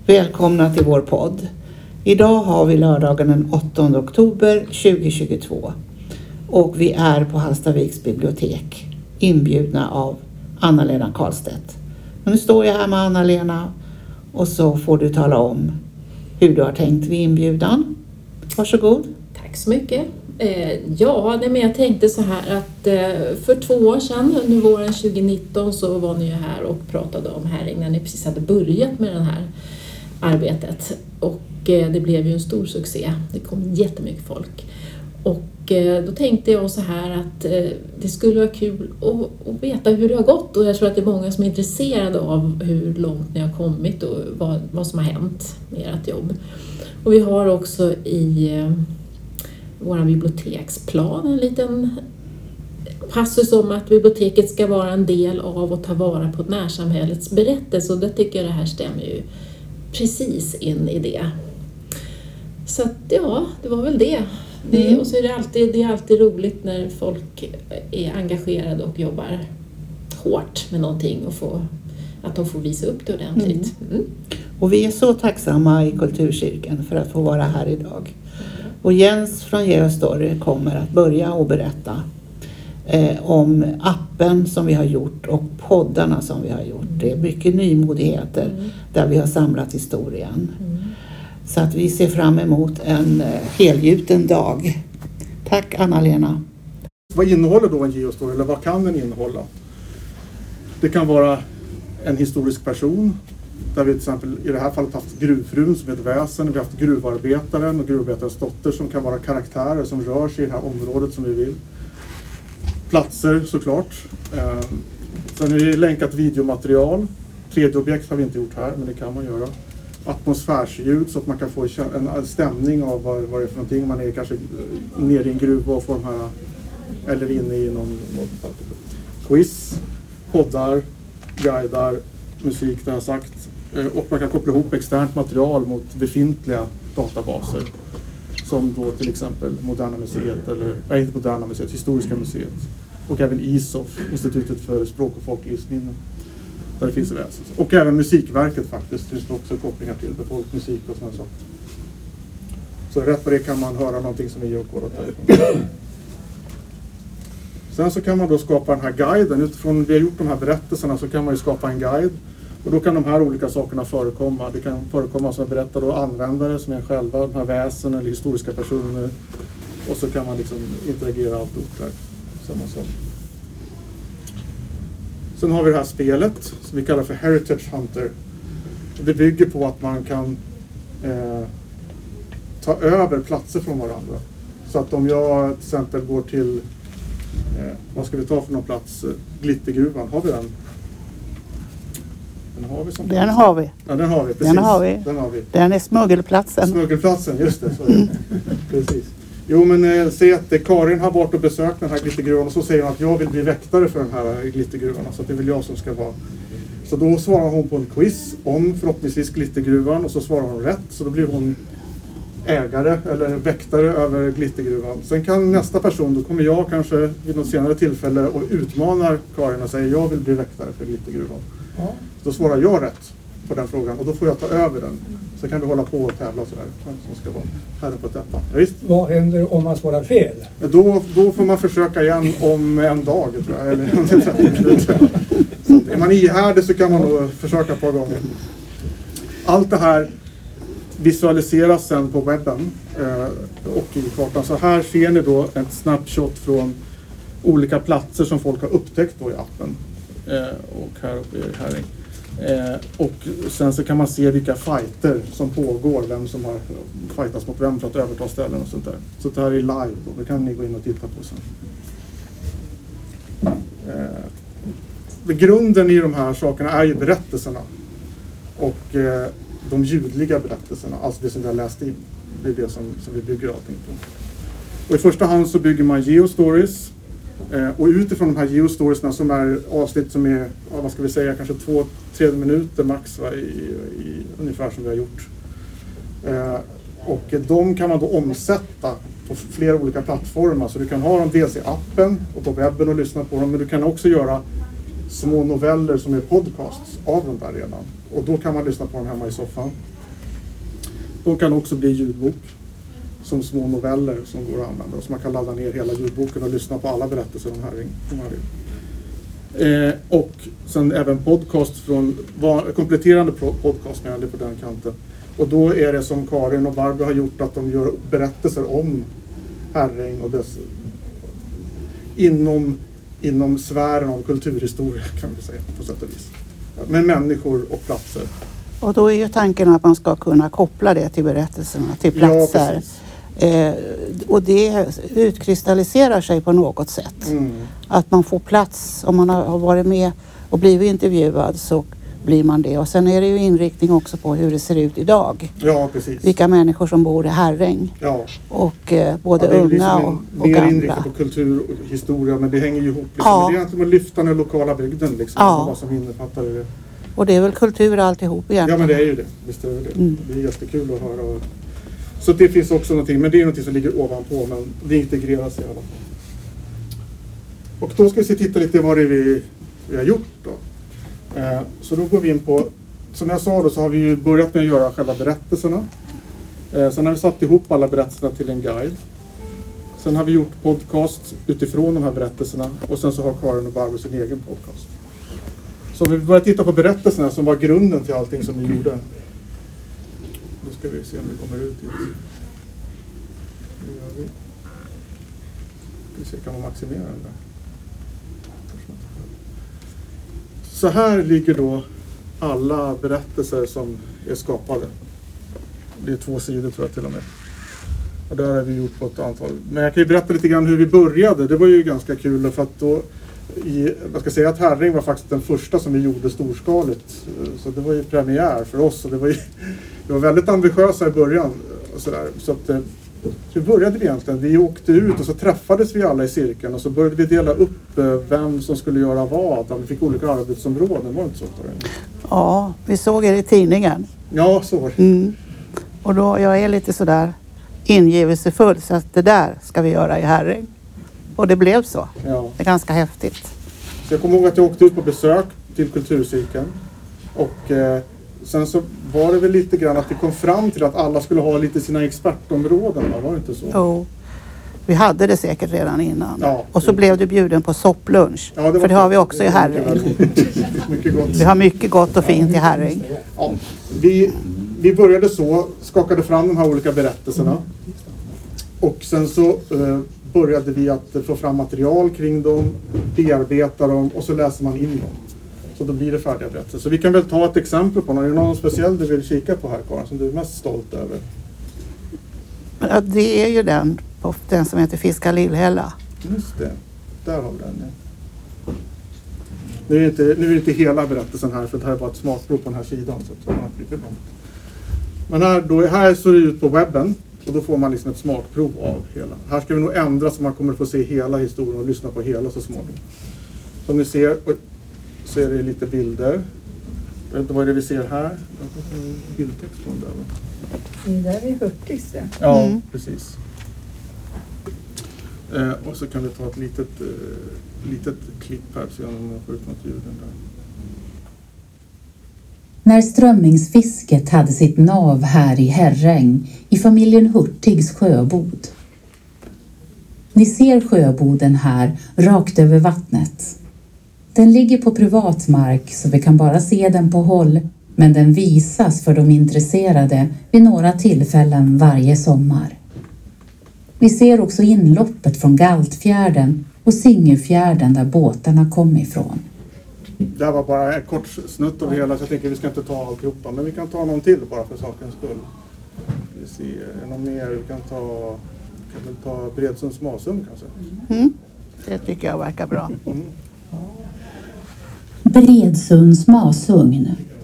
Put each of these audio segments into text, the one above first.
Välkomna till vår podd. Idag har vi lördagen den 8 oktober 2022 och vi är på Hallstaviks bibliotek inbjudna av Anna-Lena Karlstedt. Men nu står jag här med Anna-Lena och så får du tala om hur du har tänkt vid inbjudan. Varsågod. Tack så mycket. Men jag tänkte så här att för 2 år sedan under våren 2019 så var ni ju här och pratade om Herräng när ni precis hade börjat med det här arbetet. Och det blev ju en stor succé. Det kom jättemycket folk. Och då tänkte jag så här att det skulle vara kul att veta hur det har gått. Och jag tror att det är många som är intresserade av hur långt ni har kommit och vad som har hänt med ert jobb. Och vi har också i vår biblioteksplan en liten passus om att biblioteket ska vara en del av och ta vara på närsamhällets berättelse. Och det tycker jag det här stämmer ju precis in i det. Så att, ja, det var väl det. Och så är det är alltid roligt när folk är engagerade och jobbar hårt med någonting och att de får visa upp det ordentligt. Och vi är så tacksamma i Kulturkyrkan för att få vara här idag. Och Jens från Geostory kommer att börja och berätta om appen som vi har gjort och poddarna som vi har gjort. Det är mycket nymodigheter där vi har samlat historien. Så att vi ser fram emot en helgjuten dag. Tack Anna-Lena. Vad innehåller då en geostory eller vad kan den innehålla? Det kan vara en historisk person. Där vi till exempel i det här fallet haft gruvfrun som är ett väsen. Vi har haft gruvarbetaren och gruvarbetarens dotter som kan vara karaktärer som rör sig i det här området som vi vill. Platser såklart. Sen är det länkat videomaterial. 3D-objekt har vi inte gjort här, men det kan man göra. Atmosfärsljud så att man kan få en stämning av vad det är för någonting. Man är kanske nere i en gruva och får de här, eller inne i någon quiz, poddar, guidar, musik, det har jag sagt. Och man kan koppla ihop externt material mot befintliga databaser. Som då till exempel Moderna Museet, eller inte Moderna Museet, Historiska Museet. Och även ISOF, Institutet för språk- och folklivsminnen. Där det finns väsen. Och även Musikverket faktiskt. Det finns också kopplingar till folkmusik och sådana saker. Så rätt på det kan man höra någonting som vi gör på det. Sen så kan man då skapa den här guiden. Utifrån vi har gjort de här berättelserna så kan man ju skapa en guide. Och då kan de här olika sakerna förekomma. Det kan förekomma som jag berättade då användare som är själva, de här väsen eller historiska personer. Och så kan man liksom interagera allt upp där. Samma sak. Sen har vi det här spelet som vi kallar för Heritage Hunter. Det bygger på att man kan ta över platser från varandra. Så att om jag till exempel går till, vad ska vi ta för någon plats? Glittergruvan, har vi den? Den har vi som plats. Den har vi. Ja, den har vi, precis. Den har vi. Den är smuggelplatsen. Smuggelplatsen, just det. Så är det. Precis. Jo, men säg att Karin har varit och besökt den här glittergruvan och så säger hon att jag vill bli väktare för den här glittergruvan. Så att det är väl jag som ska vara. Så då svarar hon på en quiz om förhoppningsvis glittergruvan och så svarar hon rätt. Så då blir hon ägare eller väktare över glittergruvan. Sen kan nästa person, då kommer jag kanske vid något senare tillfälle och utmanar Karin och säger jag vill bli väktare för glittergruvan. Ja. Då svarar jag rätt på den frågan och då får jag ta över den. Så kan vi hålla på och tävla sådär. Som ska vara här på täppan. Ja, visst? Vad händer om man svarar fel? Då får man försöka igen om en dag tror jag. Eller, så att är man ihärdig så kan man nog försöka ett par gånger. Allt det här visualiseras sen på webben och i kartan. Så här ser ni då ett snapshot från olika platser som folk har upptäckt då i appen. Och här uppe är Herräng. Och sen så kan man se vilka fighter som pågår, vem som har fightats mot vem för att överta ställen och sånt där. Så det här är live då, det kan ni gå in och titta på sen. Grunden i de här sakerna är ju berättelserna. Och de ljudliga berättelserna, alltså det som vi har läst in. Det är det som vi bygger allting på. Och i första hand så bygger man geostories. Och utifrån de här geostoriesna som är avsnitt som är, vad ska vi säga, kanske 2-3 minuter max i ungefär som vi har gjort. Och de kan man då omsätta på flera olika plattformar. Så du kan ha dem dels i appen och på webben och lyssna på dem. Men du kan också göra små noveller som är podcasts av dem där redan. Och då kan man lyssna på dem hemma i soffan. De kan också bli ljudbok som små noveller som går att använda. Och så man kan ladda ner hela ljudboken och lyssna på alla berättelser om Herräng om man vill. Och sen även podcast kompletterande podcast med på den kanten. Och då är det som Karin och Barbro har gjort att de gör berättelser om Herräng och dess inom sfären av kulturhistoria kan vi säga på sätt och vis. Med människor och platser. Och då är ju tanken att man ska kunna koppla det till berättelserna, till platser. Ja, och det utkristalliserar sig på något sätt. Mm. Att man får plats, om man har varit med och blivit intervjuad så blir man det. Och sen är det ju inriktning också på hur det ser ut idag. Ja, precis. Vilka människor som bor i Herräng. Ja. Och både det är unga liksom och mer gamla. inriktat på kultur och historia, men det hänger ju ihop. Liksom. Ja. Det är egentligen att lyfta den lokala bygden liksom. Ja. Vad som innefattar det. Och det är väl kultur alltihop Ja, egentligen. men det är ju det. Visst är det det. Mm. Det är jättekul att höra. Så det finns också någonting, men det är någonting som ligger ovanpå, men det integreras i alla fall. Och då ska vi titta lite vad det är vi har gjort då. Så då går vi in på, som jag sa då, så har vi ju börjat med att göra själva berättelserna. Sen har vi satt ihop alla berättelserna till en guide. Sen har vi gjort podcast utifrån de här berättelserna och sen så har Karin och Barbro sin egen podcast. Så vi börjar titta på berättelserna som var grunden till allting som vi gjorde. Då ska vi se om det kommer ut hit. Det gör vi. Vi ser, kan man maximera den där. Så här ligger då alla berättelser som är skapade. Det är 2 sidor tror jag till och med. Och där har vi gjort på ett antal. Men jag kan ju berätta lite grann hur vi började. Det var ju ganska kul för att då jag ska säga att Herräng var faktiskt den första som vi gjorde storskaligt. Så det var ju premiär för oss och det var väldigt ambitiösa i början. Och så att hur började vi egentligen? Vi åkte ut och så träffades vi alla i cirkeln och så började vi dela upp vem som skulle göra vad. Vi fick olika arbetsområden, var det inte så? Ja, vi såg er i tidningen. Ja, så var det. Mm. Och då, jag är lite sådär ingivelsefull så att det där ska vi göra i Herräng. Och det blev så. Ja. Det är ganska häftigt. Så jag kommer ihåg att jag åkte ut på besök till kulturcirkeln och sen så var det väl lite grann att vi kom fram till att alla skulle ha lite sina expertområden, var det inte så? Jo, vi hade det säkert redan innan. Ja. Och så blev du bjuden på sopplunch. Ja, för det har vi också i Herräng. Mycket gott. Vi har mycket gott och fint i Herräng. Ja, vi började så, skakade fram de här olika berättelserna och sen så började vi att få fram material kring dem, bearbeta dem och så läser man in dem. Så då blir det färdiga berättelser. Så vi kan väl ta ett exempel på någon. Är det någon speciell du vill kika på här, Karin, som du är mest stolt över? Ja, det är ju den som heter Fiska Lillhälla. Just det, där har vi den. Ja. Nu är det inte hela berättelsen här, för det här är bara ett smakprov på den här sidan. Så att man lite långt. Men här ser det ut på webben. Och då får man liksom ett smakprov av hela. Här ska vi nog ändra så man kommer få se hela historien och lyssna på hela så småningom. Som ni ser så är det lite bilder. Jag vet inte vad det är vi ser här. Bildtext på den där. Det där är Hurtigs det. Ja, precis. Och så kan vi ta ett litet klipp här så jag får ut något ljud där. När strömmingsfisket hade sitt nav här i Herräng i familjen Hurtigs sjöbod. Ni ser sjöboden här rakt över vattnet. Den ligger på privat mark så vi kan bara se den på håll, men den visas för de intresserade vid några tillfällen varje sommar. Vi ser också inloppet från Galtfjärden och Singefjärden där båtarna kom ifrån. Det här var bara en kort snutt av det hela så jag tänker vi ska inte ta alltihopa, men vi kan ta någon till bara för sakens skull. Vi ser någon mer, vi kan väl ta Bredsunds masugn kanske. Mm. Det tycker jag verkar bra. Mm. Bredsunds masugn.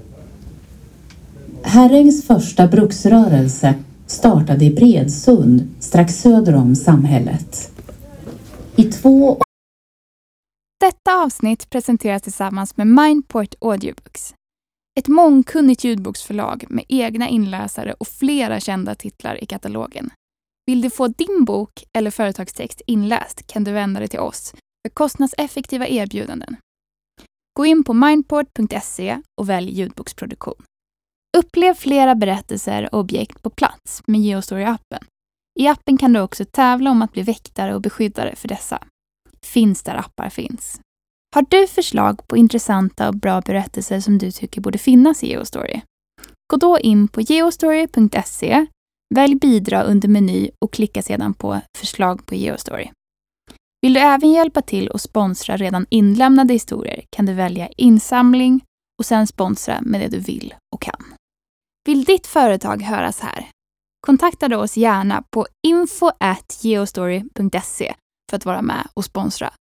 Herrängs första bruksrörelse startade i Bredsund strax söder om samhället. I 2 Detta avsnitt presenteras tillsammans med Mindport Audiobooks. Ett mångkunnigt ljudboksförlag med egna inläsare och flera kända titlar i katalogen. Vill du få din bok eller företagstext inläst kan du vända dig till oss för kostnadseffektiva erbjudanden. Gå in på mindport.se och välj ljudboksproduktion. Upplev flera berättelser och objekt på plats med Geostory-appen. I appen kan du också tävla om att bli väktare och beskyddare för dessa. Finns där appar finns. Har du förslag på intressanta och bra berättelser som du tycker borde finnas i Geostory? Gå då in på geostory.se, välj bidra under meny och klicka sedan på förslag på Geostory. Vill du även hjälpa till och sponsra redan inlämnade historier kan du välja insamling och sen sponsra med det du vill och kan. Vill ditt företag höras här? Kontakta då oss gärna på info@geostory.se för att vara med och sponsra